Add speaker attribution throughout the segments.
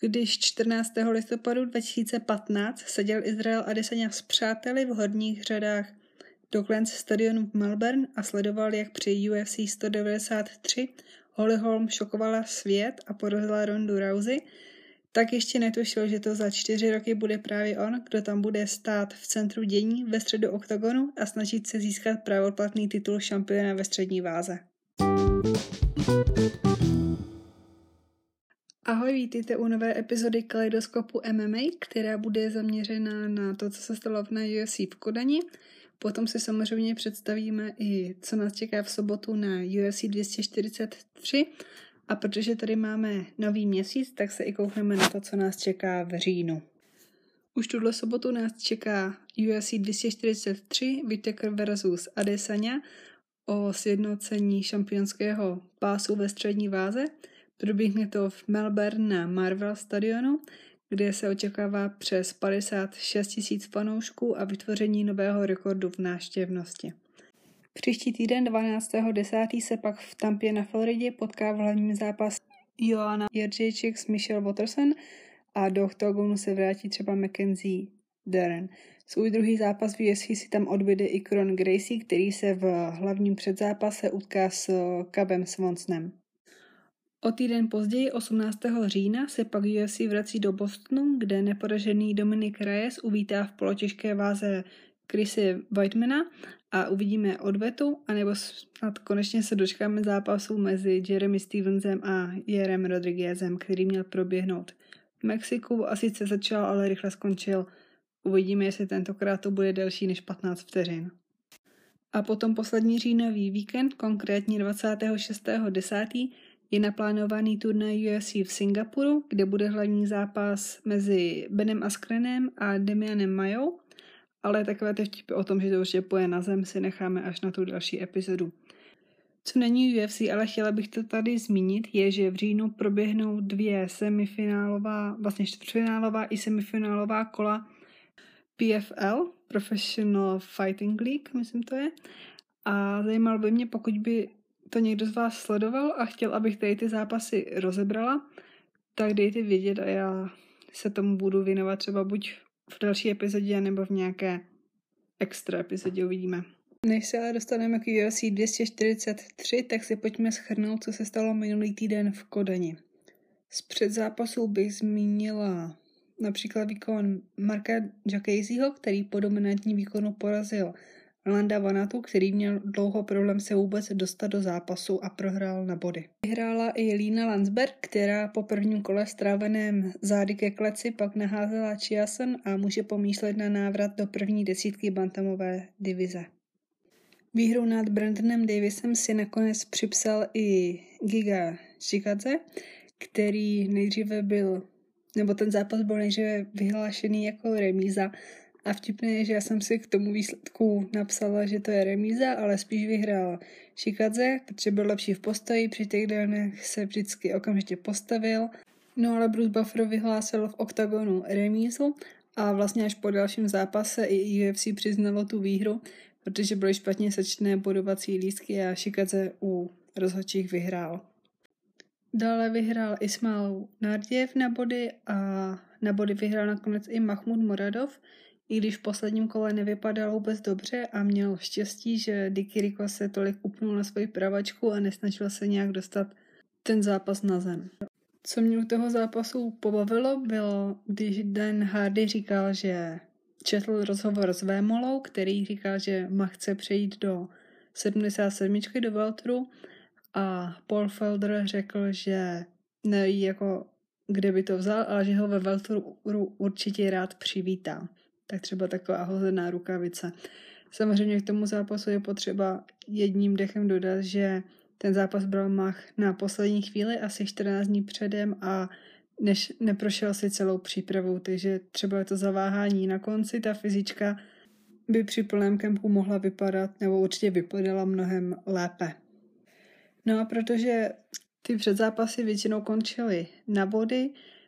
Speaker 1: Když 14. listopadu 2015 seděl Israel Adesanya s přáteli v horních řadách Docklands stadionu v Melbourne a sledoval, jak při UFC 193 Holly Holm šokovala svět a porazila Rondu Rousey, tak ještě netušil, že to za 4 roky bude právě on, kdo tam bude stát v centru dění ve středu oktagonu a snažit se získat právoplatný titul šampiona ve střední váze. Ahoj, vítejte u nové epizody Kaleidoskopu MMA, která bude zaměřena na to, co se stalo na UFC v Kodani. Potom si samozřejmě představíme i, co nás čeká v sobotu na UFC 243. A protože tady máme nový měsíc, tak se i koukneme na to, co nás čeká v říjnu. Už tuhle sobotu nás čeká UFC 243 Whittaker vs. Adesanya o sjednocení šampionského pásu ve střední váze. Proběhne to v Melbourne na Marvel stadionu, kde se očekává přes 56 000 fanoušků a vytvoření nového rekordu v návštěvnosti. Příští týden 12.10. se pak v Tampě na Floridě potká v hlavním zápas Joanna Jędrzejczyk s Michelle Waterson a do oktagonu se vrátí třeba Mackenzie Dern. Svůj druhý zápas v UFC si tam odbyde i Kron Gracie, který se v hlavním předzápase utká s Cabem Swansonem. O týden později, 18. října, se pak UFC vrací do Bostonu, kde neporažený Dominic Reyes uvítá v polotěžké váze Chrisse Weidmana a uvidíme odvetu, anebo snad konečně se dočkáme zápasu mezi Jeremy Stevensem a Jairem Rodriguezem, který měl proběhnout v Mexiku. A sice začal, ale rychle skončil. Uvidíme, jestli tentokrát to bude delší než 15 vteřin. A potom poslední říjnový víkend, konkrétně 26.10., je naplánovaný turnaj UFC v Singapuru, kde bude hlavní zápas mezi Benem Askrenem a Demianem Mayou, ale takové ty vtipy o tom, že to určitě poje na zem, si necháme až na tu další epizodu. Co není UFC, ale chtěla bych to tady zmínit, je, že v říjnu proběhnou 2 semifinálová, vlastně čtvrtfinálová i semifinálová kola PFL, Professional Fighting League, myslím to je. A zajímalo by mě, pokud by to někdo z vás sledoval a chtěl, abych tady ty zápasy rozebrala, tak dejte vědět a já se tomu budu věnovat třeba buď v další epizodě nebo v nějaké extra epizodě, uvidíme. Než se ale dostaneme k UFC 243, tak si pojďme shrnout, co se stalo minulý týden v Kodani. Z předzápasů bych zmínila například výkon Marka Diakieseho, který po dominantním výkonu porazil Rolanda Vanatu, který měl dlouho problém se vůbec dostat do zápasu a prohrál na body. Vyhrála i Lina Landsberg, která po prvním kole stráveném zády ke kleci pak naházela Chiasson a může pomýšlet na návrat do první desítky bantamové divize. Výhru nad Brandonem Davisem si nakonec připsal i Giga Chikadze, který nejdříve ten zápas byl nejdříve vyhlášený jako remíza. A vtipné je, že já jsem si k tomu výsledku napsala, že to je remíza, ale spíš vyhrál Chikadze, protože byl lepší v postoji, při takedownech se vždycky okamžitě postavil. No ale Bruce Buffer vyhlásil v oktagonu remízu a vlastně až po dalším zápase i UFC přiznalo tu výhru, protože byly špatně sečtené bodovací lístky a Chikadze u rozhodčích vyhrál. Dále vyhrál Ismail Nardiev na body a na body vyhrál nakonec i Mahmud Moradov, i když v posledním kole nevypadal vůbec dobře a měl štěstí, že Dicky Rico se tolik upnul na svoji pravačku a nesnažil se nějak dostat ten zápas na zem. Co mě u toho zápasu pobavilo, bylo, když Dan Hardy říkal, že četl rozhovor s Vémolou, který říkal, že chce přejít do 77. do welteru a Paul Felder řekl, že neví kde by to vzal, ale že ho ve welteru určitě rád přivítá. Tak třeba taková hozená rukavice. Samozřejmě k tomu zápasu je potřeba jedním dechem dodat, že ten zápas bral Mach na poslední chvíli, asi 14 dní předem a než neprošel si celou přípravou, takže třeba je to zaváhání na konci, ta fyzička by při plném kempu mohla vypadat, nebo určitě vypadala mnohem lépe. No a protože ty předzápasy většinou končily na body,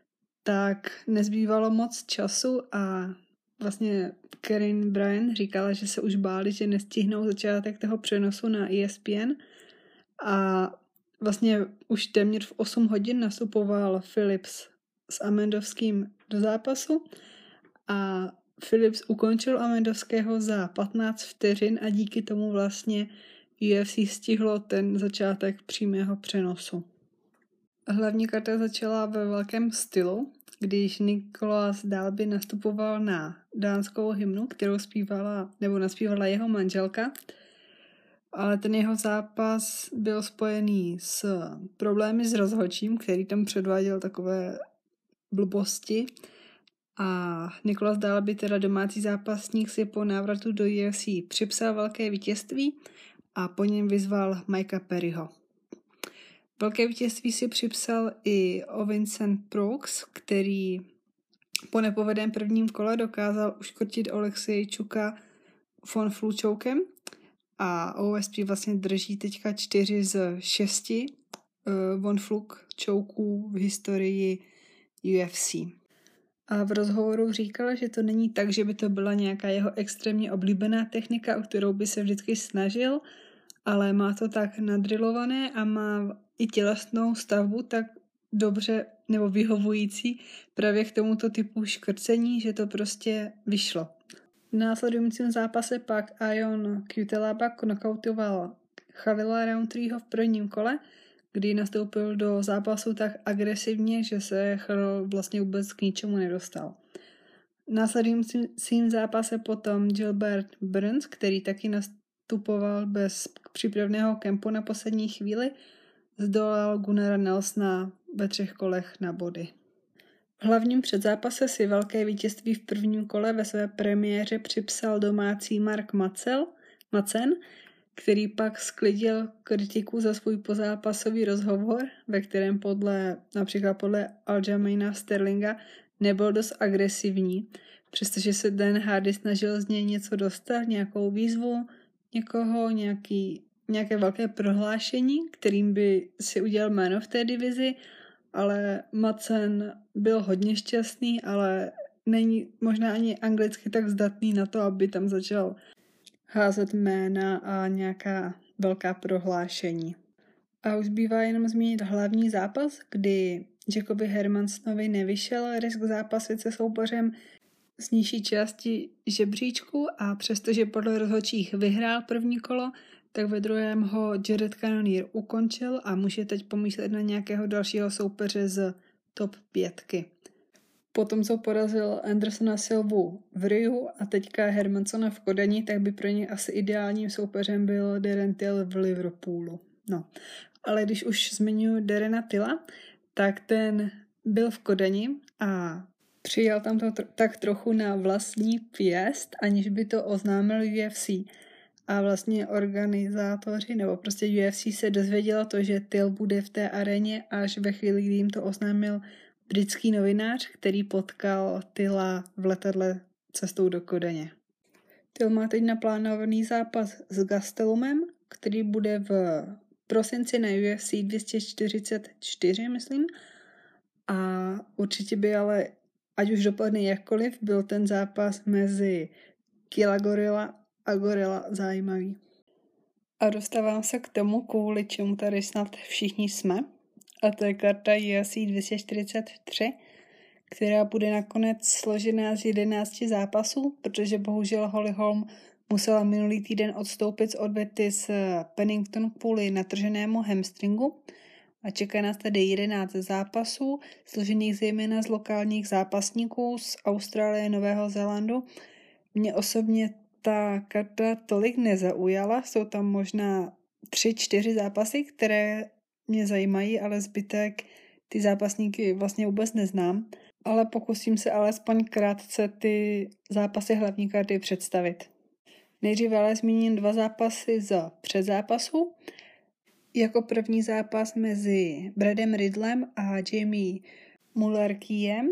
Speaker 1: tak nezbývalo moc času a vlastně Karen Bryan říkala, že se už báli, že nestihnou začátek toho přenosu na ESPN a vlastně už téměř v 8 hodin nastupoval Philips s Amendovským do zápasu a Phillips ukončil Amendovského za 15 vteřin a díky tomu vlastně UFC stihlo ten začátek přímého přenosu. Hlavní karta začala ve velkém stylu, když Nicolas Dalby nastupoval na dánskou hymnu, kterou naspívala jeho manželka, ale ten jeho zápas byl spojený s problémy s rozhodčím, který tam předváděl takové blbosti a Nicolas Dalby, teda domácí zápasník, si po návratu do UFC připsal velké vítězství a po něm vyzval Mikea Perryho. Velké vítězství si připsal i Vincent Brooks, který po nepovedeném prvním kole dokázal uškrtit Oleksejčuka von Fluchoukem a OSP vlastně drží teďka 4 z 6 von Fluchouků v historii UFC. A v rozhovoru říkala, že to není tak, že by to byla nějaká jeho extrémně oblíbená technika, o kterou by se vždycky snažil, ale má to tak nadrilované a má i tělesnou stavbu tak dobře nebo vyhovující právě k tomuto typu škrcení, že to prostě vyšlo. V následujícím zápase pak Ion Cutelaba knockoutoval Khalila Rountreeho v prvním kole, kdy nastoupil do zápasu tak agresivně, že se Khalil vlastně vůbec k ničemu nedostal. V následujícím zápase potom Gilbert Burns, který taky nastupoval bez přípravného kempu na poslední chvíli, zdolal Gunnara Nelsona ve 3 kolech na body. V hlavním předzápase si velké vítězství v prvním kole ve své premiéře připsal domácí Mark Madsen, který pak sklidil kritiku za svůj pozápasový rozhovor, ve kterém například podle Aljamaina Sterlinga nebyl dost agresivní, přestože se Dan Hardy snažil z něj něco dostat, nějakou výzvu někoho, nějaké velké prohlášení, kterým by si udělal jméno v té divizi, ale Madsen byl hodně šťastný, ale není možná ani anglicky tak zdatný na to, aby tam začal házet jména a nějaká velká prohlášení. A už zbývá jenom zmínit hlavní zápas, kdy Jacobi Hermansonovi nevyšel risk zápasit se soupeřem z nižší části žebříčku a přestože podle rozhodčích vyhrál první kolo, tak ve druhém ho Jared Cannonier ukončil a může teď pomýšlet na nějakého dalšího soupeře z top 5. Potom, co porazil Andersona Silvu v Riu a teďka Hermansona v Kodani, tak by pro ně asi ideálním soupeřem byl Darren Till v Liverpoolu. No, ale když už zmiňuji Darrena Tilla, tak ten byl v Kodani a přijal tam to tak trochu na vlastní pěst, aniž by to oznámil UFC. A vlastně organizátoři nebo prostě UFC se dozvědělo to, že Till bude v té aréně až ve chvíli, kdy jim to oznámil britský novinář, který potkal Tilla v letadle cestou do Kodaně. Till má teď naplánovaný zápas s Gastelumem, který bude v prosinci na UFC 244, myslím. A určitě by ale, ať už dopadne jakkoliv, byl ten zápas mezi Killa Gorilla a Gorilla zajímavý. A dostávám se k tomu, kvůli čemu tady snad všichni jsme. A to je karta UFC 243, která bude nakonec složená z 11 zápasů, protože bohužel Holly Holm musela minulý týden odstoupit z odvety z Pennington kvůli natrženému hamstringu. A čeká nás tady 11 zápasů, složených zejména z lokálních zápasníků z Austrálie a Nového Zélandu. Mě osobně ta karta tolik nezaujala, jsou tam možná 3-4 zápasy, které mě zajímají, ale zbytek ty zápasníky vlastně vůbec neznám, ale pokusím se alespoň krátce ty zápasy hlavní karty představit. Nejdříve ale zmíním 2 zápasy z předzápasu. Jako první zápas mezi Bradem Riddlem a Jamie Mullerkiem.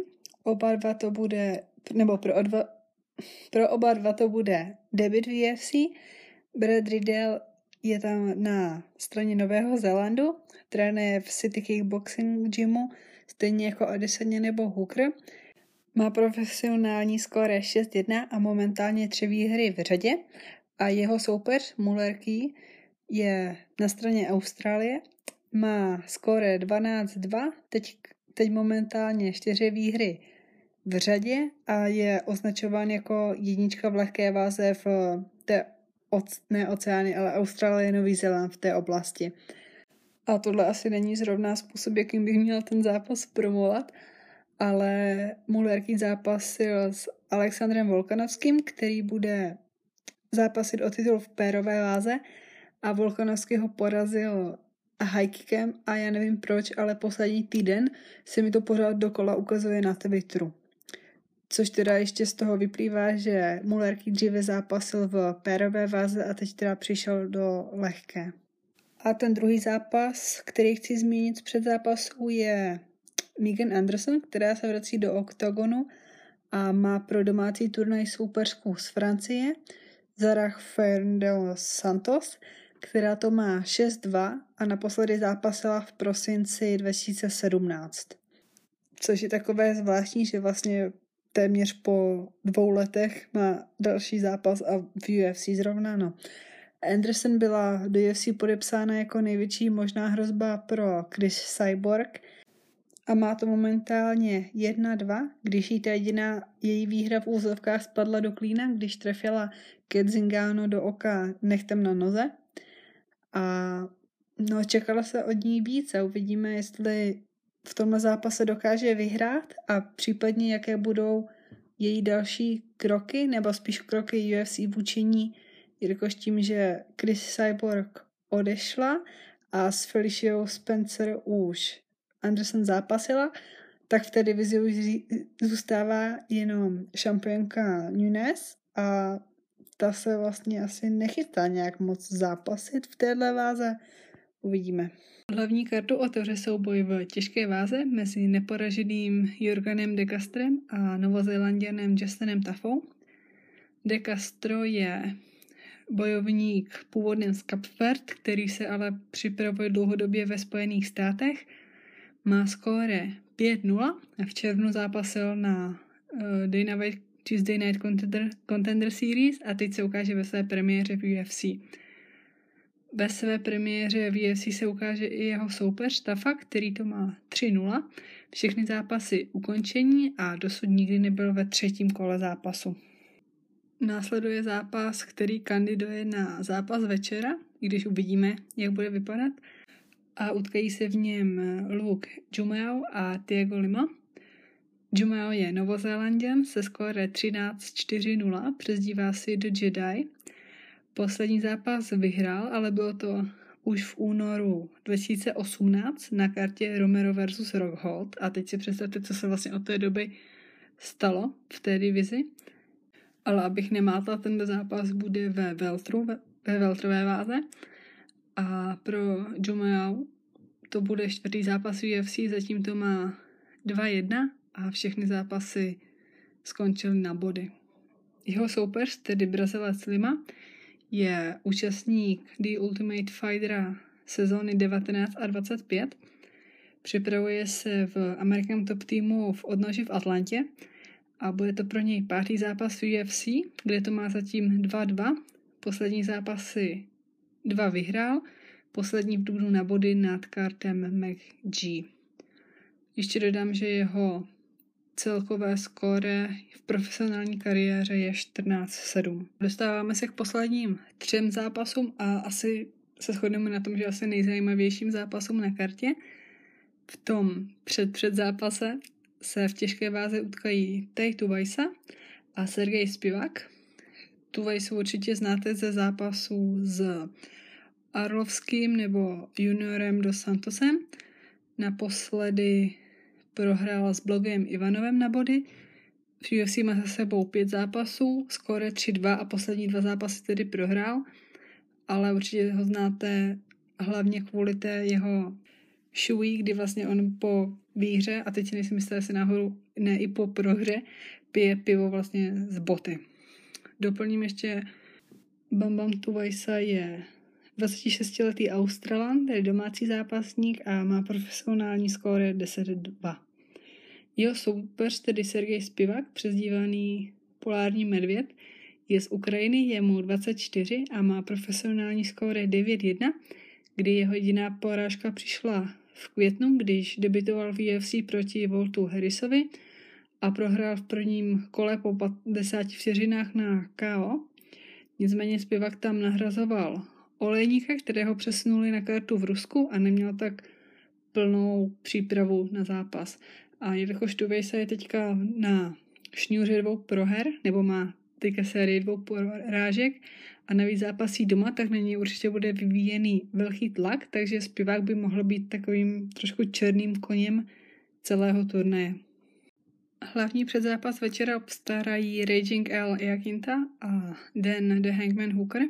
Speaker 1: Pro oba dva to bude debut v UFC. Brad Riddle je tam na straně Nového Zélandu, trénuje v City Kickboxing Gymu, stejně jako Adesanya nebo Hooker. Má profesionální skóre 6-1 a momentálně 3 výhry v řadě a jeho soupeř Mullerkey je na straně Austrálie, má skóre 12-2, teď momentálně 4 výhry v řadě a je označován jako jednička v lehké váze v té ne oceány, ale Austrálie, Nový Zéland v té oblasti. A tohle asi není zrovna způsob, jakým bych měl ten zápas promovat, ale Mullerký zápasil s Alexandrem Volkanovským, který bude zápasit o titul v pérové váze a Volkanovský ho porazil high kickem a já nevím proč, ale poslední týden se mi to pořád dokola ukazuje na Twitteru. Což teda ještě z toho vyplývá, že Mullerký dříve zápasil v pérové váze a teď teda přišel do lehké. A ten druhý zápas, který chci zmínit z předzápasu, je Megan Anderson, která se vrací do oktagonu a má pro domácí turnaj soupeřku z Francie, Zarah Fernandez Santos, která to má 6-2 a naposledy zápasila v prosinci 2017. Což je takové zvláštní, že vlastně téměř po 2 letech má další zápas a v UFC zrovna, no. Anderson byla do UFC podepsána jako největší možná hrozba pro Cris Cyborg a má to momentálně 1-2, když jí ta jediná její výhra v úzovkách spadla do klína, když trefila Cat Zingano do oka nechtem na noze. A no, čekalo se od ní víc a uvidíme, jestli v tomhle zápase dokáže vyhrát a případně jaké budou její další kroky, nebo spíš kroky UFC vůči ní, jelikož tím, že Cris Cyborg odešla a s Feliciou Spencer už Anderson zápasila, tak v té divizi už zůstává jenom šampionka Nunes a ta se vlastně asi nechystá nějak moc zápasit v téhle váze. Uvidíme. Hlavní kartu otevře souboj v těžké váze mezi neporaženým Jorganem de Castrem a Novozélanďanem Justinem Tafou. De Castro je bojovník původem z Cape Verde, který se ale připravuje dlouhodobě ve Spojených státech. Má skóre 5-0 a v červnu zápasil na Tuesday Night Contender Series a teď se ukáže ve své premiéře v UFC. Ve své premiéře v UFC se ukáže i jeho soupeř Tafa, který to má 3-0. Všechny zápasy ukončení a dosud nikdy nebyl ve 3. kole zápasu. Následuje zápas, který kandiduje na zápas večera, i když uvidíme, jak bude vypadat. A utkají se v něm Luke Jumao a Thiago Lima. Jumao je Novozélanďan se skóre 13-4-0, přezdívá si The Jedi. Poslední zápas vyhrál, ale bylo to už v únoru 2018 na kartě Romero vs. Rockhold a teď si představte, co se vlastně od té doby stalo v té divizi. Ale abych nemátla, ten zápas bude ve welterové váze a pro Jumao to bude 4. zápas UFC, zatím to má 2-1 a všechny zápasy skončily na body. Jeho soupeř, tedy Brazilec Lima, je účastník The Ultimate Fightera sezóny 19 a 25. Připravuje se v American Top Teamu v odnoži v Atlantě a bude to pro něj 5. zápas v UFC, kde to má zatím 2-2. Poslední zápasy 2 vyhrál, poslední v dubnu na body nad Cartem McG. Ještě dodám, že jeho celkové skóre v profesionální kariéře je 14-7. Dostáváme se k posledním 3 zápasům a asi se shodneme na tom, že asi nejzajímavějším zápasům na kartě. V tom před zápase se v těžké váze utkají Tej Tuivasa a Sergej Spivak. Tuvaisu určitě znáte ze zápasů s Arlovským nebo juniorem dos Santosem. Naposledy prohrál s Blogem Ivanovem na body. V UFC má za sebou 5 zápasů, skóre 3-2 a poslední 2 zápasy tedy prohrál, ale určitě ho znáte hlavně kvůli té jeho šují, kdy vlastně on po výhře, a teď si nejsem jistá, jestli náhodou ne i po prohře, pije pivo vlastně z boty. Doplním ještě, Bam Tuivasa je 26-letý Australan, tedy domácí zápasník a má profesionální skóre 10-2. Jeho soupeř, tedy Sergej Spivak, přezdívaný Polární medvěd, je z Ukrajiny, je mu 24 a má profesionální skóre 9-1, kdy jeho jediná porážka přišla v květnu, když debutoval v UFC proti Voltu Harrisovi a prohrál v prvním kole po 50 vteřinách na KO. Nicméně zpěvák tam nahrazoval Olejníka, kterého přesunuli na kartu v Rusku a neměl tak plnou přípravu na zápas. A jelikož Tuvejsa je teďka na šňůře 2 proher, nebo má teďka sérii 2 porážek a navíc zápasí doma, tak na něj určitě bude vyvíjený velký tlak, takže zpěvák by mohl být takovým trošku černým koněm celého turnaje. Hlavní předzápas večera obstarají Raging Al Iaquinta a Dan The Hangman Hooker.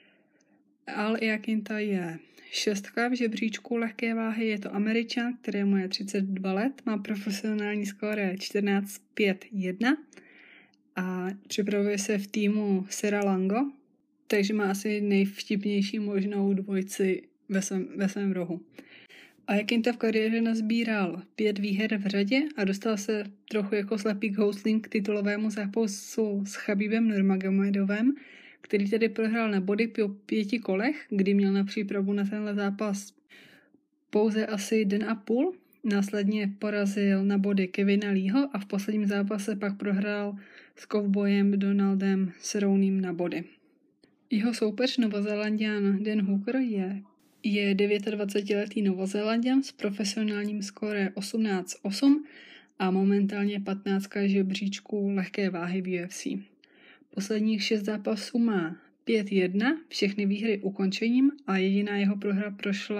Speaker 1: Al Iaquinta je 6 v žebříčku lehké váhy, je to Američan, kterému je 32 let, má profesionální skóre 14-5-1 a připravuje se v týmu Serra Longo, takže má asi nejvtipnější možnou dvojici ve svém rohu. A Iaquinta v kariéře nazbíral 5 výher v řadě a dostal se trochu jako slepý housling k titulovému zápasu s Khabibem Nurmagomedovem, který tedy prohrál na body po 5 kolech, kdy měl na přípravu na tenhle zápas pouze asi den a půl. Následně porazil na body Kevina Leeho a v posledním zápase pak prohrál s kovbojem Donaldem Cerronem na body. Jeho soupeř Novozélanďan Dan Hooker je 29letý Novozélanďan s profesionálním skóre 18-8 a momentálně 15 žebříčku lehké váhy v UFC. Posledních 6 zápasů má 5-1, všechny výhry ukončením a jediná jeho prohra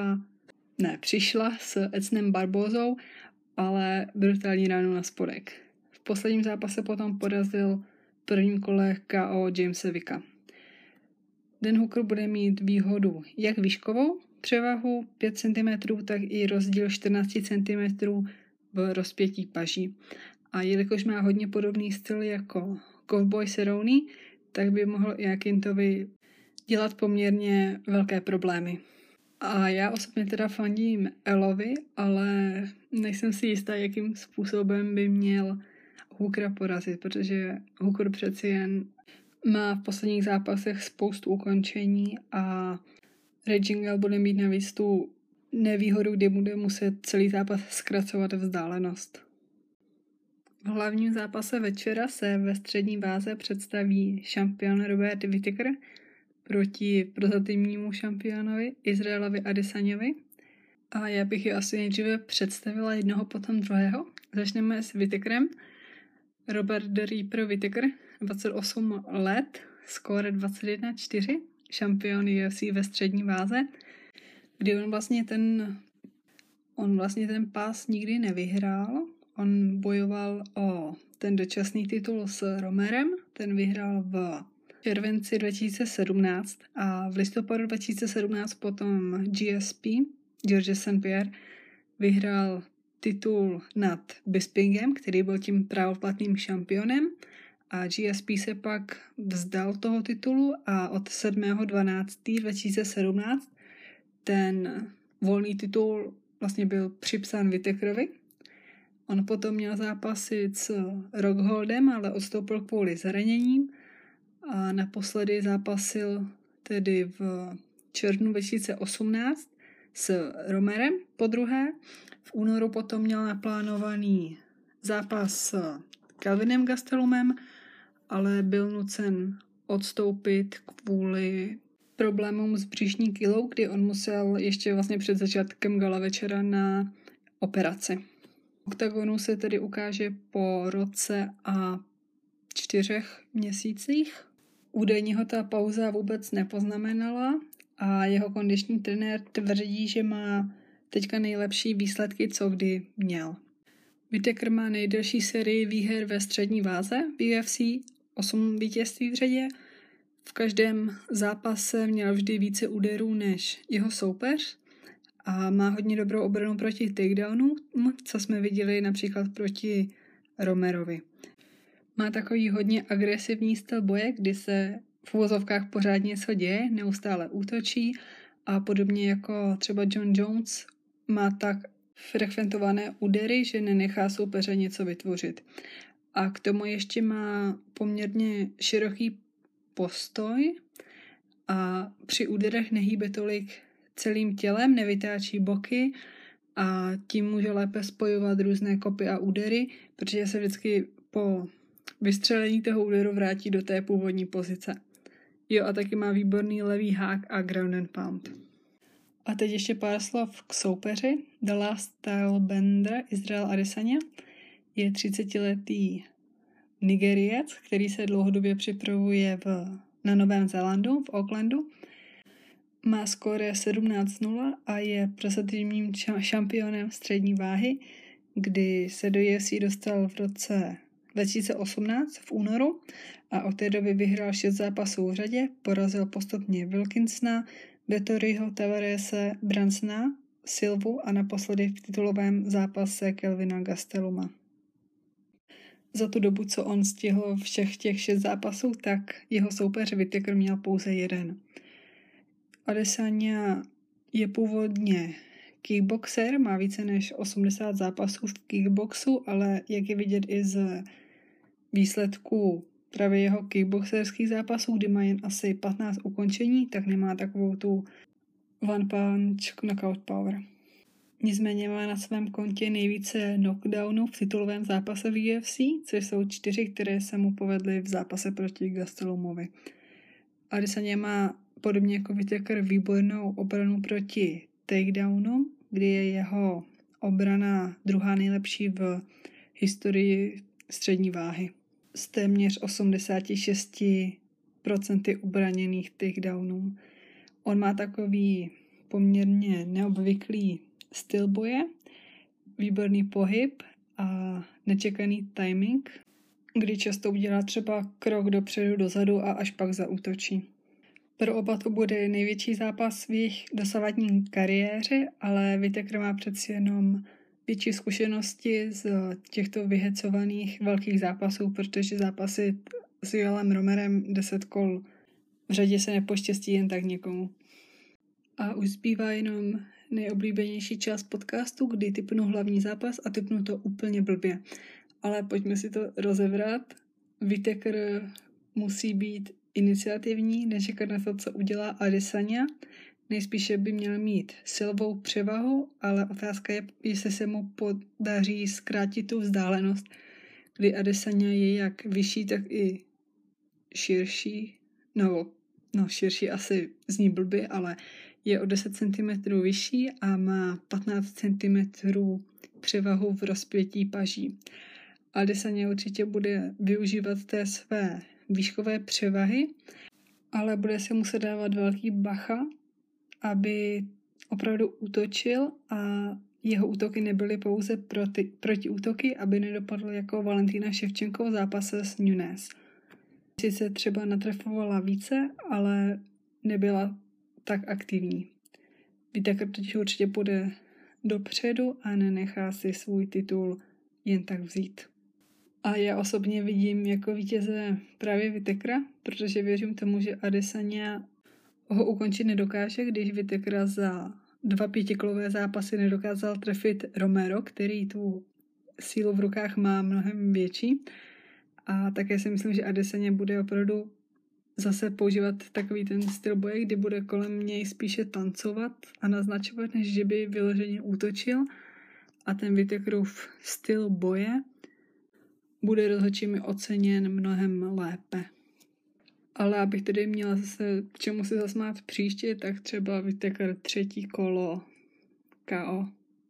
Speaker 1: přišla s Edsonem Barbozou, ale brutální ránu na spodek. V posledním zápase potom porazil v prvním kole KO Jamesa Vicka. Dan Hooker bude mít výhodu jak výškovou převahu 5 cm, tak i rozdíl 14 cm v rozpětí paží. A jelikož má hodně podobný styl jako kovboj Cerrone, tak by mohl Iaquintovi dělat poměrně velké problémy. A já osobně teda fandím Elovi, ale nejsem si jistá, jakým způsobem by měl Hookera porazit, protože Hooker přeci jen má v posledních zápasech spoustu ukončení a Raging Al bude mít navíc tu nevýhodu, kdy bude muset celý zápas zkracovat vzdálenost. V hlavním zápase večera se ve střední váze představí šampion Robert Whittaker proti prozatímnímu šampionovi Izraelovi Adesanyovi. A já bych je asi nejdříve představila jednoho, potom druhého. Začneme s Whittakerem. Robert The Reaper Whittaker, 28 let, skóre 21-4, šampion UFC ve střední váze, kdy on vlastně ten pás nikdy nevyhrál. On bojoval o ten dočasný titul s Romerem, ten vyhrál v červenci 2017 a v listopadu 2017 potom GSP, George St. Pierre, vyhrál titul nad Bispingem, který byl tím právoplatným šampionem a GSP se pak vzdal toho titulu a od 7.12.2017 ten volný titul vlastně byl připsán Whittakerovi. On potom měl zápasit s Rockholdem, ale odstoupil kvůli zraněním a naposledy zápasil tedy v červnu 2018 s Romerem podruhé. V únoru potom měl naplánovaný zápas s Kelvinem Gastelumem, ale byl nucen odstoupit kvůli problémům s břišní kylou, kdy on musel ještě vlastně před začátkem gala večera na operaci. Oktagonu se tedy ukáže po roce a 4 měsících. Údajně ho ta pauza vůbec nepoznamenala a jeho kondiční trenér tvrdí, že má teďka nejlepší výsledky, co kdy měl. Whittaker má nejdelší sérii výher ve střední váze v UFC, 8 vítězství v řadě. V každém zápase měl vždy více úderů než jeho soupeř a má hodně dobrou obranu proti takedownům, co jsme viděli například proti Romerovi. Má takový hodně agresivní styl boje, kdy se v uvozovkách pořád něco děje, neustále útočí a podobně jako třeba John Jones má tak frekventované údery, že nenechá soupeře něco vytvořit. A k tomu ještě má poměrně široký postoj a při úderech nehýbe tolik celým tělem, nevytáčí boky a tím může lépe spojovat různé kopy a údery, protože se vždycky po vystřelení toho úderu vrátí do té původní pozice. Jo, a taky má výborný levý hák a ground and pound. A teď ještě pár slov k soupeři. The Last Stylebender Israel Adesanya je 30letý Nigeriec, který se dlouhodobě připravuje na Novém Zélandu, v Aucklandu. Má skóre 17-0 a je prozatímním šampionem střední váhy, kdy se do UFC dostal v roce 2018 v únoru a od té doby vyhrál 6 zápasů v řadě, porazil postupně Wilkinsona, Vettoriho, Tavarese, Bransona, Silvu a naposledy v titulovém zápase Kelvina Gasteluma. Za tu dobu, co on stihl všech těch 6 zápasů, tak jeho soupeř Whittaker měl pouze 1. Adesanya je původně kickboxer, má více než 80 zápasů v kickboxu, ale jak je vidět i z výsledků právě jeho kickboxerských zápasů, kdy má jen asi 15 ukončení, tak nemá takovou tu one punch knockout power. Nicméně má na svém kontě nejvíce knockdownů v titulovém zápase v UFC, což jsou 4, které se mu povedly v zápase proti Gastelumovi. Adesanya má podobně jako Whittaker výbornou obranu proti takedownům, kdy je jeho obrana druhá nejlepší v historii střední váhy. Z téměř 86% ubraněných takedownů. On má takový poměrně neobvyklý styl boje, výborný pohyb a nečekaný timing, kdy často udělá třeba krok dopředu, dozadu a až pak zaútočí. Pro oba to bude největší zápas v jejich dosavadní kariéře, ale Whittaker má přeci jenom větší zkušenosti z těchto vyhecovaných velkých zápasů, protože zápasy s Yoelem Romerem 10 kol v řadě se nepoštěstí jen tak někomu. A už zbývá jenom nejoblíbenější část podcastu, kdy tipnu hlavní zápas a tipnu to úplně blbě. Ale pojďme si to rozebrat. Whittaker musí být iniciativní, nečekat na to, co udělá Adesanya. Nejspíše by měl mít silovou převahu, ale otázka je, jestli se mu podaří zkrátit tu vzdálenost, kdy Adesanya je jak vyšší, tak i širší. No širší asi zní blbě, ale je o 10 cm vyšší a má 15 cm převahu v rozpětí paží. Adesanya určitě bude využívat té své výškové převahy, ale bude si muset dávat velký bacha, aby opravdu útočil a jeho útoky nebyly pouze protiútoky, aby nedopadl jako Valentína Ševčenko v zápase s Nunes. Sice třeba natrefovala více, ale nebyla tak aktivní. Whittaker totiž určitě půjde dopředu a nenechá si svůj titul jen tak vzít. A já osobně vidím jako vítěze právě Whittakera, protože věřím tomu, že Adesanya ho ukončit nedokáže, když Whittaker za 2 pětikolové zápasy nedokázal trefit Romero, který tu sílu v rukách má mnohem větší. A také si myslím, že Adesanya bude opravdu zase používat takový ten styl boje, kdy bude kolem něj spíše tancovat a naznačovat, než že by vyloženě útočil. A ten Whittakerův styl boje bude rozhodčími oceněn mnohem lépe. Ale abych tedy měla zase k čemu se zasmát příště, tak třeba Whittaker 3. kolo KO.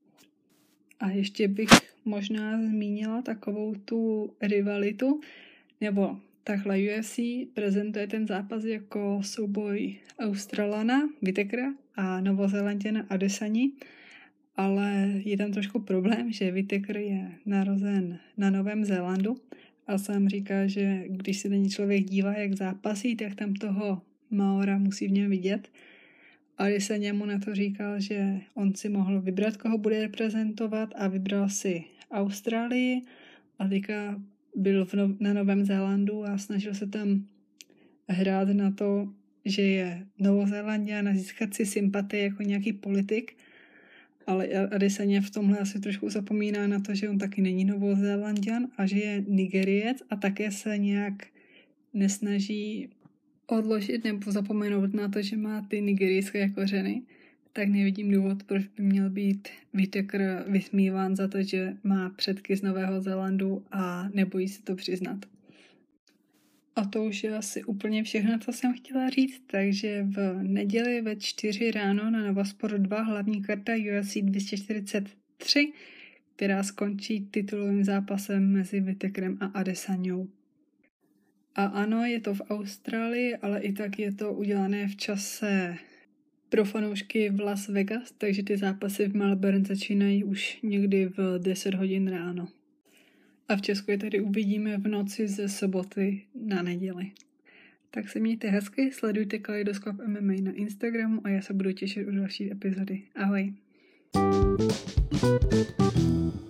Speaker 1: A ještě bych možná zmínila takovou tu rivalitu, nebo takhle UFC prezentuje ten zápas jako souboj Australana, Whittakera a Novozélanďana Adesani, ale je tam trošku problém, že Whittaker je narozen na Novém Zélandu a sám říká, že když se ten člověk dívá, jak zápasí, tak tam toho Maora musí v něm vidět. Adesanya mu na to říkal, že on si mohl vybrat, koho bude reprezentovat a vybral si Austrálii a teďka byl na Novém Zélandu a snažil se tam hrát na to, že je Novozélanďan a získat si sympatie jako nějaký politik, ale Adesanya v tomhle asi trošku zapomíná na to, že on taky není Novozélanďan a že je Nigeriec a také se nějak nesnaží odložit nebo zapomenout na to, že má ty nigerijské kořeny. tak nevidím důvod, proč by měl být Whittaker vysmíván za to, že má předky z Nového Zélandu a nebojí se to přiznat. A to už je asi úplně všechno, co jsem chtěla říct, takže v neděli ve 4 ráno na Novosport 2 hlavní karta UFC 243, která skončí titulovým zápasem mezi Whittakerem a Adesanjou. A ano, je to v Austrálii, ale i tak je to udělané v čase pro fanoušky v Las Vegas, takže ty zápasy v Melbourne začínají už někdy v 10 hodin ráno. A v Česku je tady uvidíme v noci ze soboty na neděli. Tak se mějte hezky, sledujte Kaleidoskop MMA na Instagramu a já se budu těšit u další epizody. Ahoj!